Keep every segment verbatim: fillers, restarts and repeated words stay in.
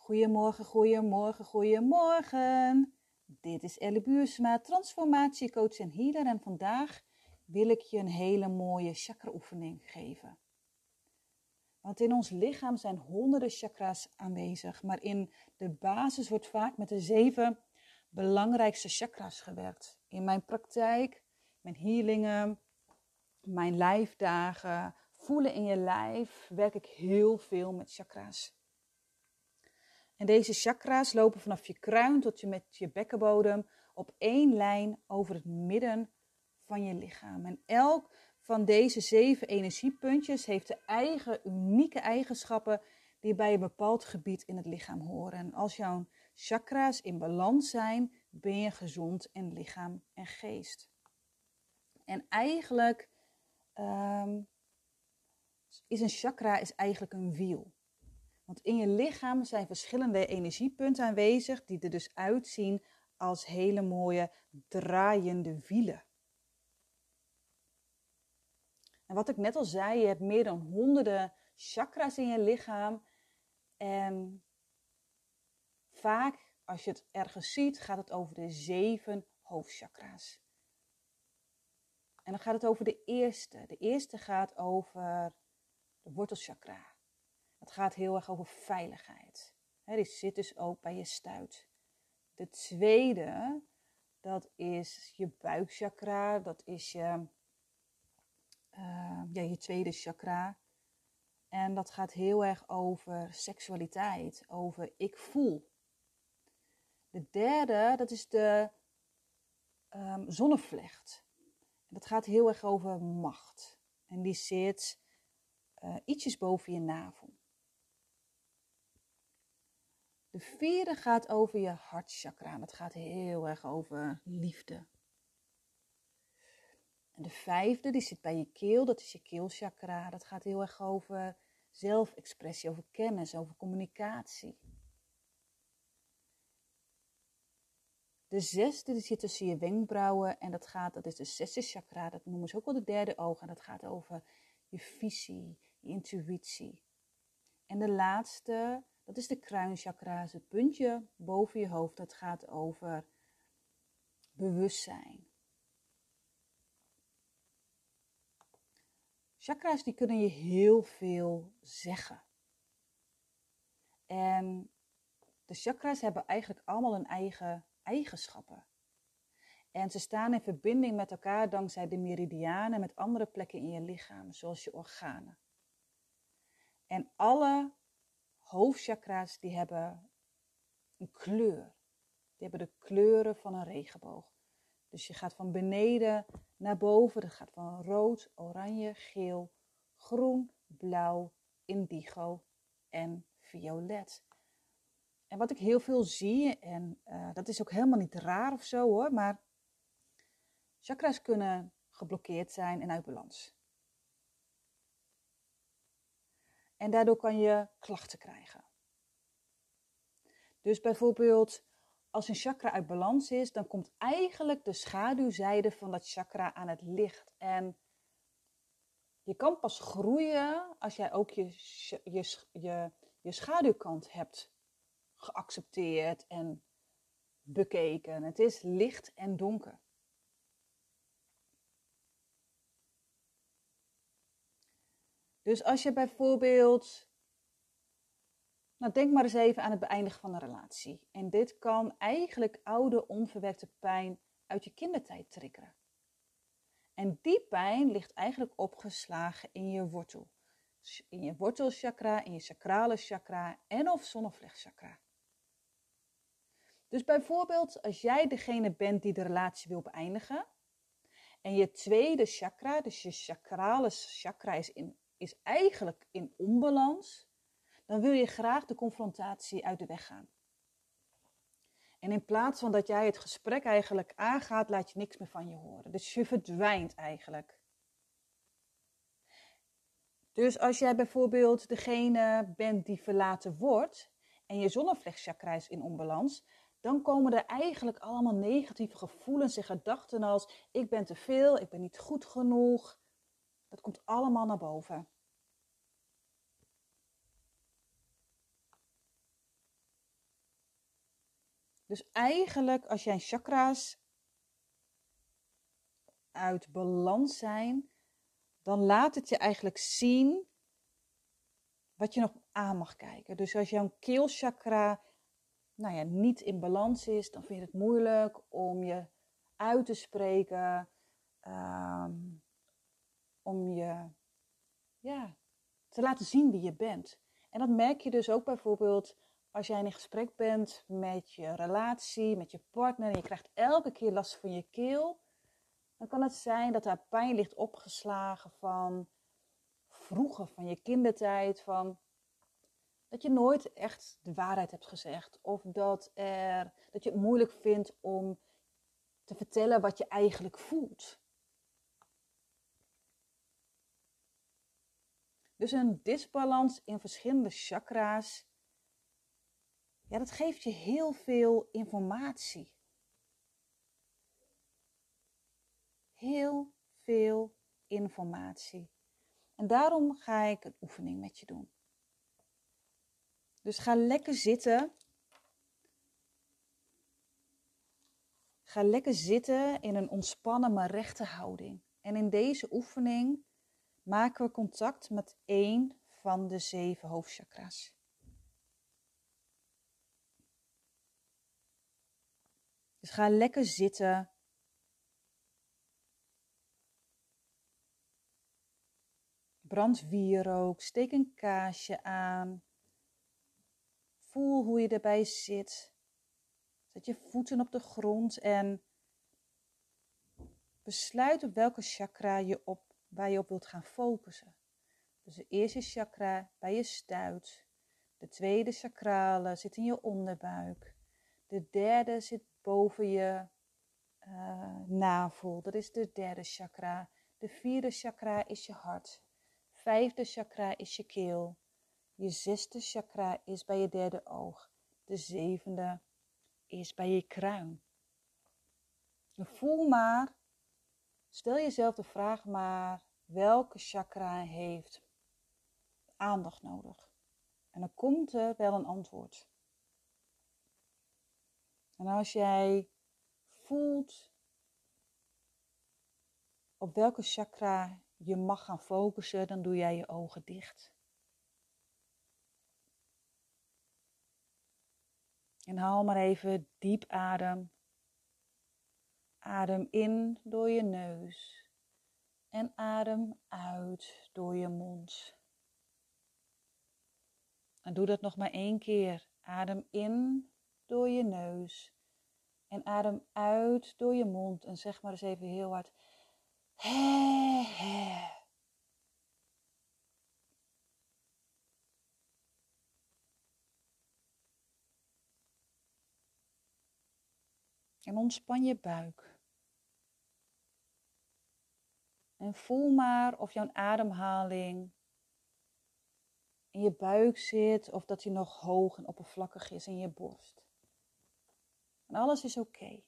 Goedemorgen, goedemorgen, goedemorgen. Dit is Ellie Buursma, transformatiecoach en healer. En vandaag wil ik je een hele mooie chakra-oefening geven. Want in ons lichaam zijn honderden chakra's aanwezig. Maar in de basis wordt vaak met de zeven belangrijkste chakra's gewerkt. In mijn praktijk, mijn healingen, mijn lijfdagen, voelen in je lijf, werk ik heel veel met chakra's. En deze chakra's lopen vanaf je kruin tot je met je bekkenbodem op één lijn over het midden van je lichaam. En elk van deze zeven energiepuntjes heeft de eigen unieke eigenschappen die bij een bepaald gebied in het lichaam horen. En als jouw chakra's in balans zijn, ben je gezond in lichaam en geest. En eigenlijk um, is een chakra is eigenlijk een wiel. Want in je lichaam zijn verschillende energiepunten aanwezig die er dus uitzien als hele mooie draaiende wielen. En wat ik net al zei, je hebt meer dan honderden chakra's in je lichaam. En vaak, als je het ergens ziet, gaat het over de zeven hoofdchakra's. En dan gaat het over de eerste. De eerste gaat over de wortelchakra. Het gaat heel erg over veiligheid. He, die zit dus ook bij je stuit. De tweede, dat is je buikchakra. Dat is je, uh, ja, je tweede chakra. En dat gaat heel erg over seksualiteit. Over ik voel. De derde, dat is de um, zonnevlecht. En dat gaat heel erg over macht. En die zit uh, ietsjes boven je navel. De vierde gaat over je hartchakra. Dat gaat heel erg over liefde. En de vijfde, die zit bij je keel. Dat is je keelchakra. Dat gaat heel erg over zelfexpressie, over kennis, over communicatie. De zesde, die zit tussen je wenkbrauwen. En dat, gaat, dat is de zesde chakra. Dat noemen ze ook wel de derde oog. En dat gaat over je visie, je intuïtie. En de laatste, dat is de kruinchakra, het puntje boven je hoofd. Dat gaat over bewustzijn. Chakra's die kunnen je heel veel zeggen. En de chakra's hebben eigenlijk allemaal hun eigen eigenschappen. En ze staan in verbinding met elkaar dankzij de meridianen met andere plekken in je lichaam, zoals je organen. En alle hoofdchakra's die hebben een kleur. Die hebben de kleuren van een regenboog. Dus je gaat van beneden naar boven. Dat gaat van rood, oranje, geel, groen, blauw, indigo en violet. En wat ik heel veel zie, en uh, dat is ook helemaal niet raar of zo hoor, maar chakra's kunnen geblokkeerd zijn en uit balans. En daardoor kan je klachten krijgen. Dus bijvoorbeeld, als een chakra uit balans is, dan komt eigenlijk de schaduwzijde van dat chakra aan het licht. En je kan pas groeien als jij ook je, je, je, je schaduwkant hebt geaccepteerd en bekeken. Het is licht en donker. Dus als je bijvoorbeeld, nou denk maar eens even aan het beëindigen van een relatie. En dit kan eigenlijk oude onverwerkte pijn uit je kindertijd triggeren. En die pijn ligt eigenlijk opgeslagen in je wortel. In je wortelchakra, in je sacrale chakra en of zonnevlechtchakra. Dus bijvoorbeeld als jij degene bent die de relatie wil beëindigen. En je tweede chakra, dus je sacrale chakra is, in, is eigenlijk in onbalans. Dan wil je graag de confrontatie uit de weg gaan. En in plaats van dat jij het gesprek eigenlijk aangaat, laat je niks meer van je horen. Dus je verdwijnt eigenlijk. Dus als jij bijvoorbeeld degene bent die verlaten wordt en je zonnevlechtchakra is in onbalans, dan komen er eigenlijk allemaal negatieve gevoelens en gedachten als ik ben te veel, ik ben niet goed genoeg. Dat komt allemaal naar boven. Dus eigenlijk als jij chakra's uit balans zijn, dan laat het je eigenlijk zien wat je nog aan mag kijken. Dus als jouw keelchakra nou ja, niet in balans is, dan vind je het moeilijk om je uit te spreken, um, om je ja, te laten zien wie je bent. En dat merk je dus ook bijvoorbeeld als jij in gesprek bent met je relatie, met je partner en je krijgt elke keer last van je keel. Dan kan het zijn dat daar pijn ligt opgeslagen van vroeger, van je kindertijd, van dat je nooit echt de waarheid hebt gezegd. Of dat, er, dat je het moeilijk vindt om te vertellen wat je eigenlijk voelt. Dus een disbalans in verschillende chakra's, ja, dat geeft je heel veel informatie. Heel veel informatie. En daarom ga ik een oefening met je doen. Dus ga lekker zitten. Ga lekker zitten in een ontspannen maar rechte houding. En in deze oefening maken we contact met één van de zeven hoofdchakra's. Dus ga lekker zitten. Brand wierook, steek een kaarsje aan. Voel hoe je erbij zit. Zet je voeten op de grond en besluit op welke chakra je op, waar je op wilt gaan focussen. Dus de eerste chakra bij je stuit. De tweede chakrale zit in je onderbuik. De derde zit boven je uh, navel. Dat is de derde chakra. De vierde chakra is je hart. Vijfde chakra is je keel. Je zesde chakra is bij je derde oog. De zevende is bij je kruin. Voel maar, stel jezelf de vraag maar, welke chakra heeft aandacht nodig? En dan komt er wel een antwoord. En als jij voelt op welke chakra je mag gaan focussen, dan doe jij je ogen dicht. En haal maar even diep adem. Adem in door je neus. En adem uit door je mond. En doe dat nog maar één keer. Adem in door je neus. En adem uit door je mond. En zeg maar eens even heel hard. He, he. En ontspan je buik. En voel maar of jouw ademhaling in je buik zit. Of dat die nog hoog en oppervlakkig is in je borst. En alles is oké. Okay.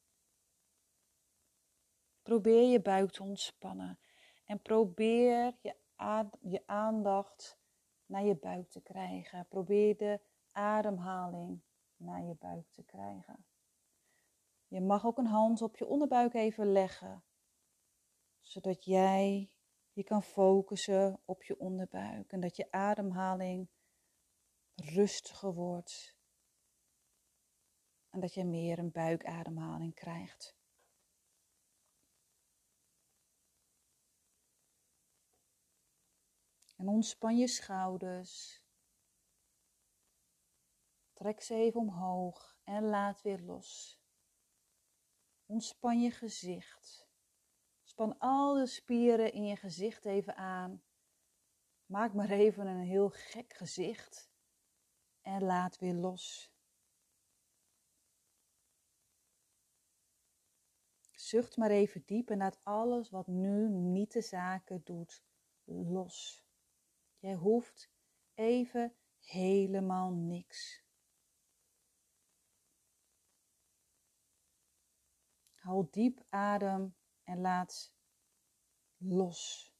Probeer je buik te ontspannen. En probeer je, ad- je aandacht naar je buik te krijgen. Probeer de ademhaling naar je buik te krijgen. Je mag ook een hand op je onderbuik even leggen. Zodat jij je kan focussen op je onderbuik. En dat je ademhaling rustiger wordt. En dat je meer een buikademhaling krijgt. En ontspan je schouders. Trek ze even omhoog en laat weer los. Ontspan je gezicht. Span al de spieren in je gezicht even aan. Maak maar even een heel gek gezicht. En laat weer los. Zucht maar even diep en laat alles wat nu niet de zaken doet los. Jij hoeft even helemaal niks. Haal diep adem en laat los.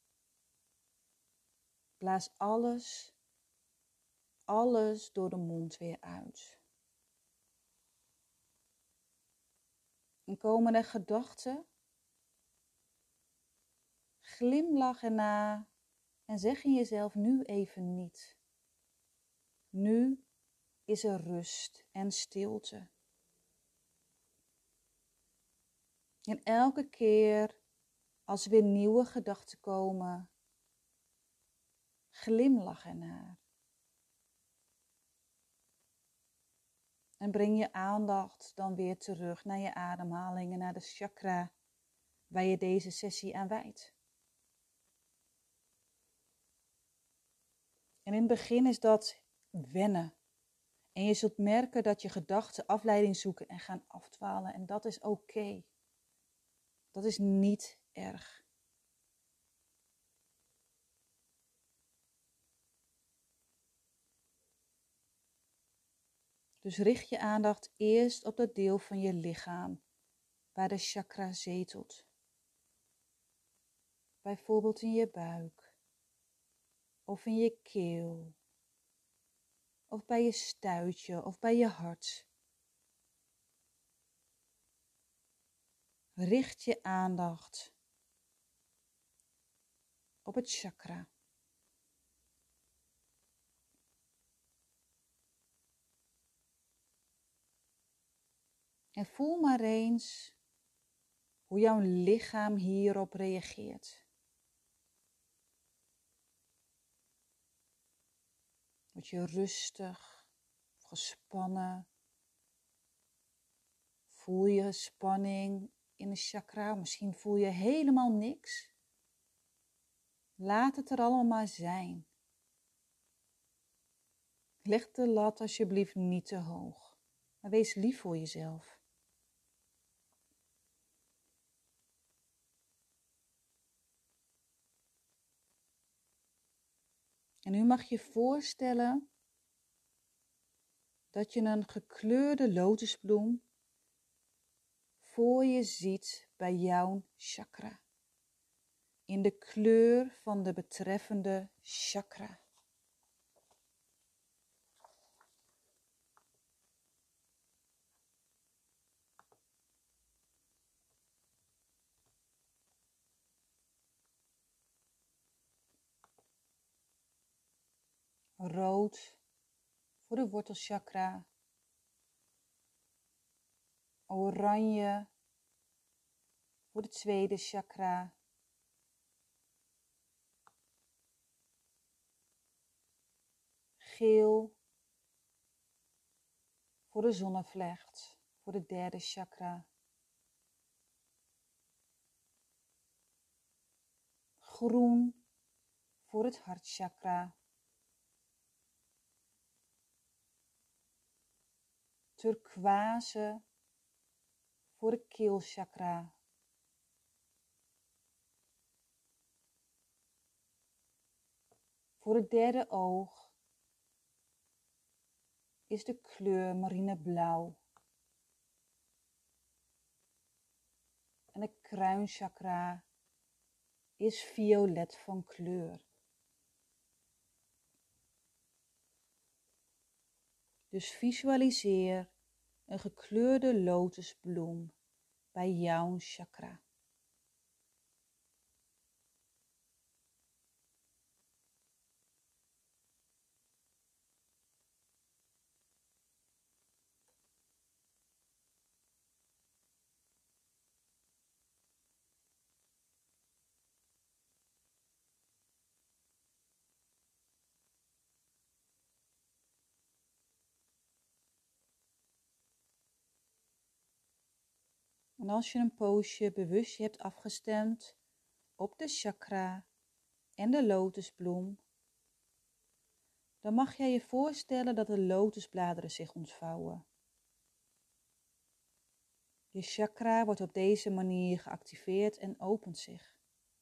Blaas alles, alles door de mond weer uit. En komen er gedachten? Glimlach erna en zeg in jezelf nu even niet. Nu is er rust en stilte. En elke keer als er weer nieuwe gedachten komen, glimlach ernaar. En breng je aandacht dan weer terug naar je ademhaling en naar de chakra waar je deze sessie aan wijdt. En in het begin is dat wennen. En je zult merken dat je gedachten afleiding zoeken en gaan afdwalen. En dat is oké. Okay. Dat is niet erg. Dus richt je aandacht eerst op dat deel van je lichaam waar de chakra zetelt. Bijvoorbeeld in je buik, of in je keel, of bij je stuitje, of bij je hart. Richt je aandacht op het chakra. En voel maar eens hoe jouw lichaam hierop reageert. Word je rustig, gespannen? Voel je spanning in de chakra? Misschien voel je helemaal niks. Laat het er allemaal maar zijn. Leg de lat alsjeblieft niet te hoog, maar wees lief voor jezelf. En nu mag je voorstellen dat je een gekleurde lotusbloem voor je ziet bij jouw chakra. In de kleur van de betreffende chakra. Rood voor de wortelchakra. Oranje voor de tweede chakra. Geel voor de zonnevlecht, voor de derde chakra. Groen voor het hartchakra. Turquoise voor de keelchakra. Voor het derde oog is de kleur marineblauw. En de kruinchakra is violet van kleur. Dus visualiseer een gekleurde lotusbloem bij jouw chakra. En als je een poosje bewust je hebt afgestemd op de chakra en de lotusbloem, dan mag jij je voorstellen dat de lotusbladeren zich ontvouwen. Je chakra wordt op deze manier geactiveerd en opent zich.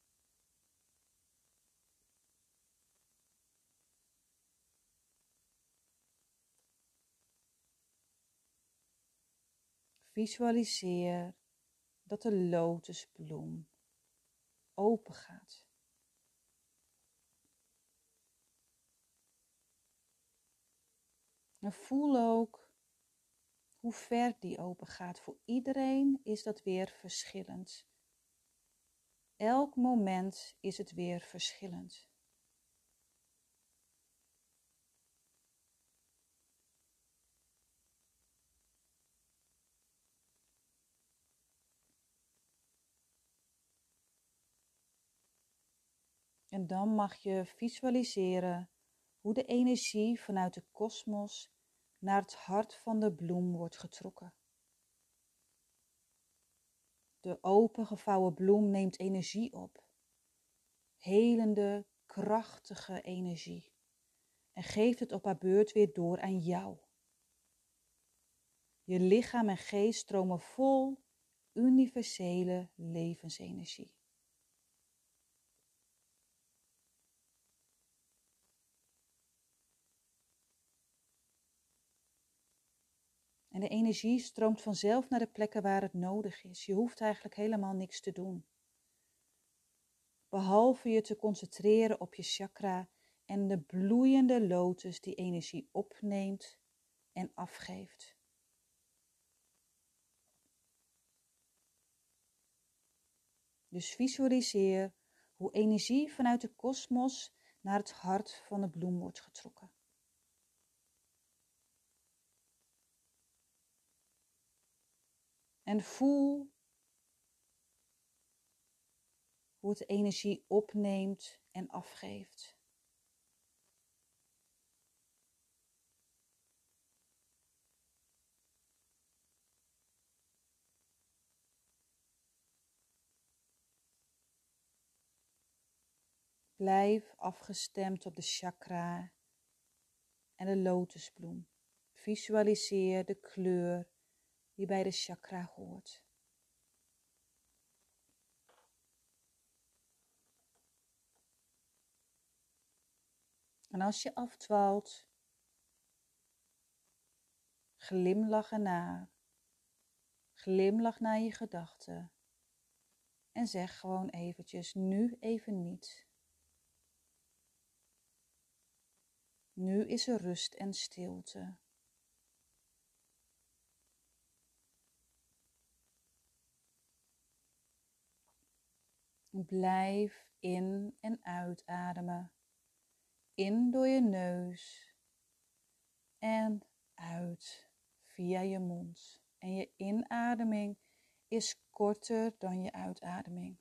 Visualiseer dat de lotusbloem open gaat. En voel ook Hoe ver die open gaat, voor iedereen is dat weer verschillend. Elk moment is het weer verschillend. En dan mag je visualiseren hoe de energie vanuit de kosmos naar het hart van de bloem wordt getrokken. De opengevouwen bloem neemt energie op. Helende, krachtige energie. En geeft het op haar beurt weer door aan jou. Je lichaam en geest stromen vol universele levensenergie. En de energie stroomt vanzelf naar de plekken waar het nodig is. Je hoeft eigenlijk helemaal niks te doen. Behalve je te concentreren op je chakra en de bloeiende lotus die energie opneemt en afgeeft. Dus visualiseer hoe energie vanuit de kosmos naar het hart van de bloem wordt getrokken. En voel hoe het energie opneemt en afgeeft. Blijf afgestemd op de chakra en de lotusbloem. Visualiseer de kleur die bij de chakra hoort. En als je afdwaalt, glimlach ernaar. Glimlach naar je gedachten. En zeg gewoon eventjes, nu even niet. Nu is er rust en stilte. Blijf in en uitademen. In door je neus en uit via je mond. En je inademing is korter dan je uitademing.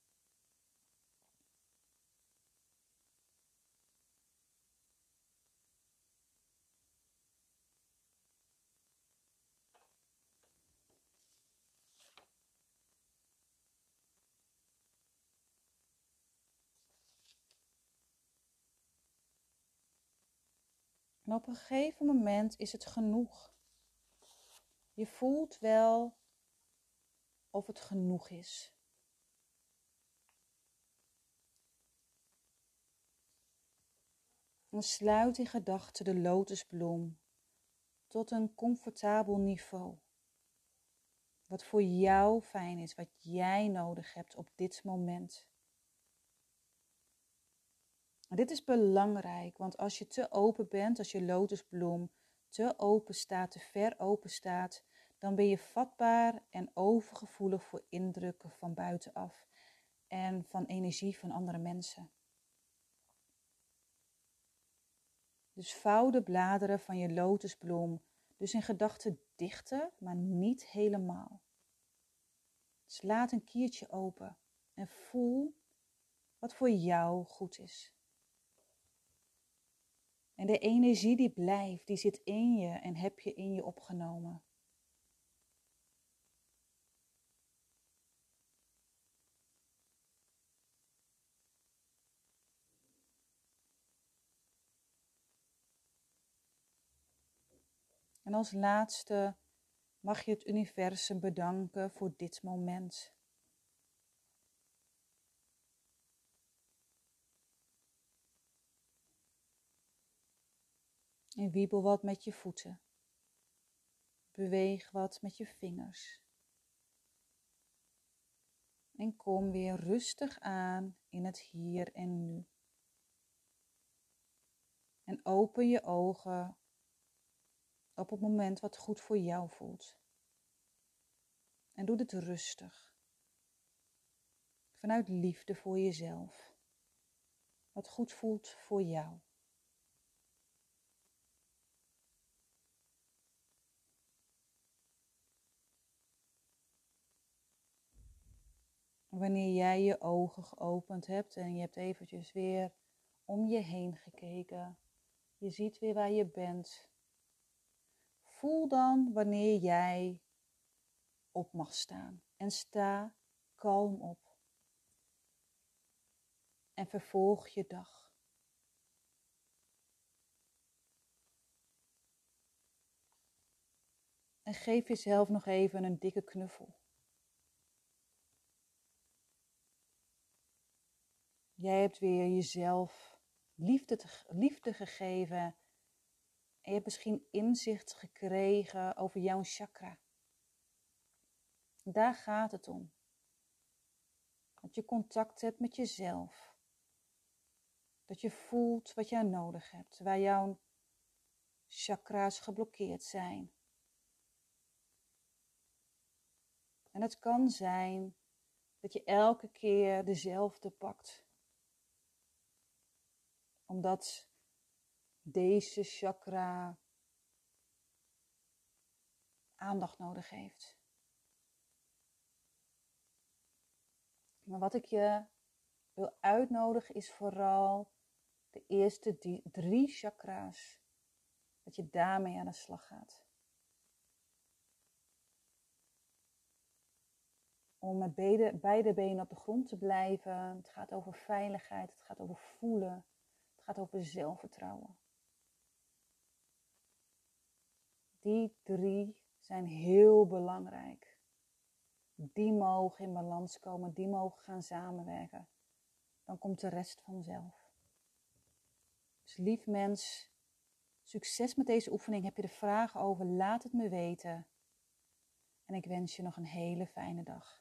En op een gegeven moment is het genoeg. Je voelt wel of het genoeg is. Dan sluit in gedachten de lotusbloem tot een comfortabel niveau. Wat voor jou fijn is, wat jij nodig hebt op dit moment. En dit is belangrijk, want als je te open bent, als je lotusbloem te open staat, te ver open staat, dan ben je vatbaar en overgevoelig voor indrukken van buitenaf en van energie van andere mensen. Dus vouw de bladeren van je lotusbloem dus in gedachten dichter, maar niet helemaal. Dus laat een kiertje open en voel wat voor jou goed is. En de energie die blijft, die zit in je en heb je in je opgenomen. En als laatste mag je het universum bedanken voor dit moment. En wiebel wat met je voeten. Beweeg wat met je vingers. En kom weer rustig aan in het hier en nu. En open je ogen op het moment wat goed voor jou voelt. En doe dit rustig. Vanuit liefde voor jezelf. Wat goed voelt voor jou. Wanneer jij je ogen geopend hebt en je hebt eventjes weer om je heen gekeken. Je ziet weer waar je bent. Voel dan wanneer jij op mag staan. En sta kalm op. En vervolg je dag. En geef jezelf nog even een dikke knuffel. Jij hebt weer jezelf liefde, te, liefde gegeven. En je hebt misschien inzicht gekregen over jouw chakra. Daar gaat het om. Dat je contact hebt met jezelf. Dat je voelt wat jij nodig hebt. Waar jouw chakra's geblokkeerd zijn. En het kan zijn dat je elke keer dezelfde pakt. Omdat deze chakra aandacht nodig heeft. Maar wat ik je wil uitnodigen is vooral de eerste die, drie chakra's. Dat je daarmee aan de slag gaat. Om met beide, beide benen op de grond te blijven. Het gaat over veiligheid, het gaat over voelen. Het gaat over zelfvertrouwen. Die drie zijn heel belangrijk. Die mogen in balans komen, die mogen gaan samenwerken. Dan komt de rest vanzelf. Dus lief mens, succes met deze oefening. Heb je er vragen over? Laat het me weten. En ik wens je nog een hele fijne dag.